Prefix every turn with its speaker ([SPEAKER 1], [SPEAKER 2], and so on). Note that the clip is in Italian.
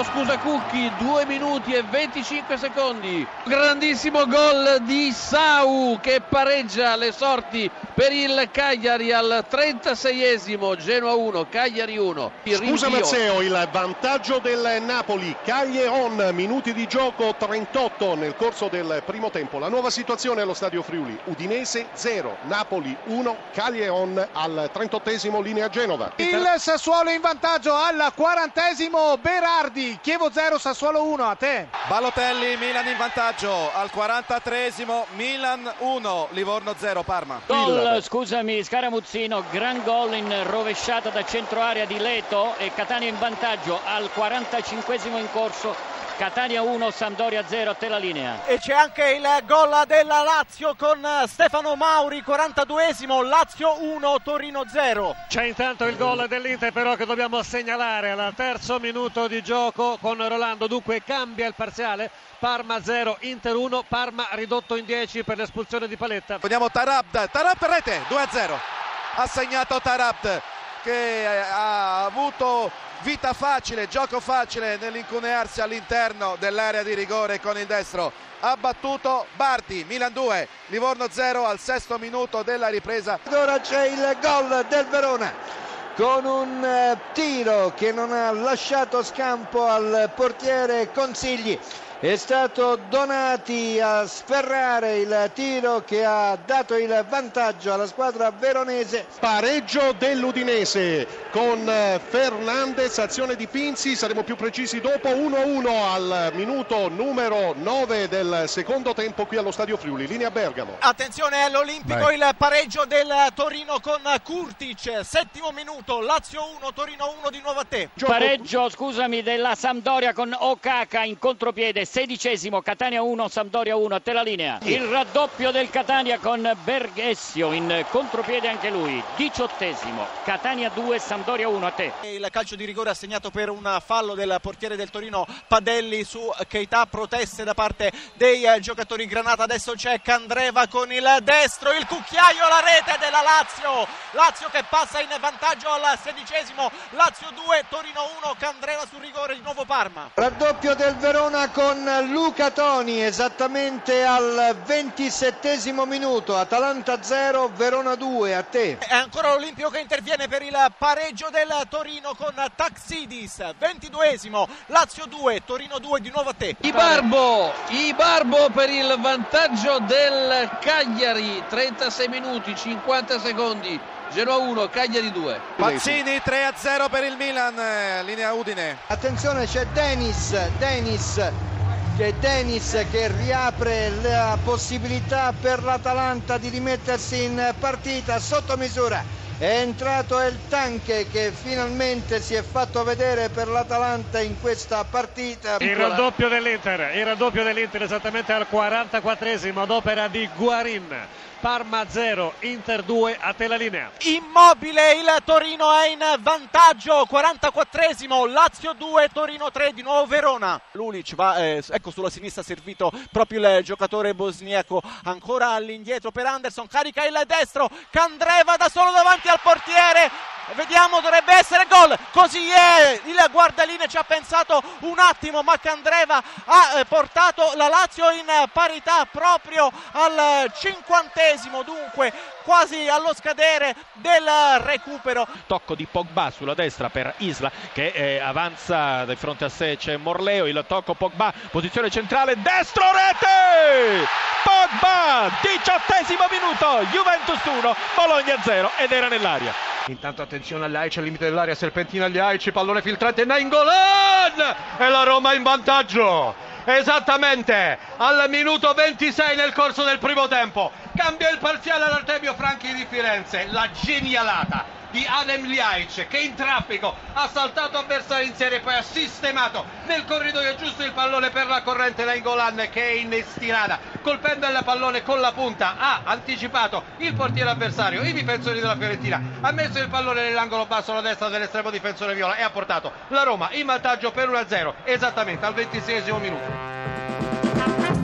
[SPEAKER 1] no scusa Cucchi, 2 minuti e 25 secondi. Grandissimo gol di Sau che pareggia le sorti per il Cagliari al 36esimo. Genoa 1, Cagliari 1.
[SPEAKER 2] Scusa Mazzeo, il vantaggio del Napoli. Cagliaron, minuti di gioco 38 nel corso del primo tempo. La nuova situazione allo Stadio Friuli: Udinese 0, Napoli 1, Cagliaron al 38esimo, linea Genova.
[SPEAKER 3] Il Sassuolo in vantaggio al 40esimo, Berardi. Chievo 0, Sassuolo 1, a te.
[SPEAKER 4] Balotelli, Milan in vantaggio al 43esimo, Milan 1, Livorno 0, Parma.
[SPEAKER 5] Gol, scusami, Scaramuzzino, gran gol in rovesciata da centro area di Leto e Catania in vantaggio al 45esimo in corso. Catania 1, Sampdoria 0, a te la linea.
[SPEAKER 6] E c'è anche il gol della Lazio con Stefano Mauri, 42esimo, Lazio 1, Torino 0.
[SPEAKER 7] C'è intanto il gol dell'Inter però che dobbiamo segnalare al terzo minuto di gioco con Rolando, dunque cambia il parziale. Parma 0, Inter 1, Parma ridotto in 10 per l'espulsione di Paletta.
[SPEAKER 4] Vediamo Tarabd rete, 2-0. Ha segnato Tarabd che ha avuto vita facile, gioco facile nell'incunearsi all'interno dell'area di rigore con il destro. Ha battuto Bardi, Milan 2, Livorno 0 al sesto minuto della ripresa.
[SPEAKER 8] Ora c'è il gol del Verona con un tiro che non ha lasciato scampo al portiere Consigli. È stato Donati a sferrare il tiro che ha dato il vantaggio alla squadra veronese.
[SPEAKER 2] Pareggio dell'Udinese con Fernandez, azione di Pinzi, saremo più precisi dopo. 1-1 al minuto numero 9 del secondo tempo qui allo Stadio Friuli, linea Bergamo.
[SPEAKER 6] Attenzione all'Olimpico, il pareggio del Torino con Kurtic, settimo minuto, Lazio 1, Torino 1, di nuovo a te.
[SPEAKER 5] Pareggio, scusami, della Sampdoria con Okaka in contropiede, 16esimo, Catania 1, Sampdoria 1, a te la linea. Il raddoppio del Catania con Berghessio in contropiede anche lui, 18esimo, Catania 2, Sampdoria 1, a te.
[SPEAKER 6] Il calcio di rigore assegnato per un fallo del portiere del Torino Padelli su Keita, proteste da parte dei giocatori granata. Adesso c'è Candreva con il destro, il cucchiaio alla rete della Lazio che passa in vantaggio al 16esimo, Lazio 2, Torino 1, Candreva sul rigore, di nuovo Parma.
[SPEAKER 8] Raddoppio del Verona con Luca Toni esattamente al 27esimo minuto, Atalanta 0, Verona 2, a te.
[SPEAKER 6] È ancora l'Olimpico che interviene per il pareggio del Torino con Taxidis, 22esimo, Lazio 2, Torino 2, di nuovo a te.
[SPEAKER 1] Ibarbo per il vantaggio del Cagliari, 36 minuti 50 secondi, Genoa 1, Cagliari 2.
[SPEAKER 4] Pazzini 3-0 per il Milan, linea Udine.
[SPEAKER 8] Attenzione, c'è Denis che riapre la possibilità per l'Atalanta di rimettersi in partita sotto misura. È entrato El Tanque che finalmente si è fatto vedere per l'Atalanta in questa partita.
[SPEAKER 7] Il raddoppio dell'Inter esattamente al 44esimo ad opera di Guarin. Parma 0, Inter 2, a te la linea.
[SPEAKER 6] Immobile, il Torino è in vantaggio, 44esimo, Lazio 2, Torino 3, di nuovo Verona. Lulic va, ecco sulla sinistra servito proprio il giocatore bosniaco, ancora all'indietro per Anderson, carica il destro, Candreva da solo davanti al portiere. Vediamo, dovrebbe essere gol, così è, il guardaline ci ha pensato un attimo, ma Candreva ha portato la Lazio in parità proprio al 50esimo, dunque quasi allo scadere del recupero.
[SPEAKER 9] Tocco di Pogba sulla destra per Isla che avanza, di fronte a sé c'è Morleo, il tocco Pogba, posizione centrale, destro, rete! Pogba, 18esimo minuto, Juventus 1, Bologna 0 ed era nell'aria.
[SPEAKER 10] Intanto attenzione all'Aici, al limite dell'area, serpentina agli Aici, pallone filtrante, Nainggolan e la Roma in vantaggio esattamente al minuto 26 nel corso del primo tempo. Cambia il parziale all'Artemio Franchi di Firenze, la genialata di Adem Ljajic che in traffico ha saltato avversari in serie, poi ha sistemato nel corridoio giusto il pallone per la corrente Nainggolan che è in stirata, colpendo il pallone con la punta ha anticipato il portiere avversario, i difensori della Fiorentina, ha messo il pallone nell'angolo basso alla destra dell'estremo difensore viola e ha portato la Roma in vantaggio per 1-0 esattamente al 26esimo minuto.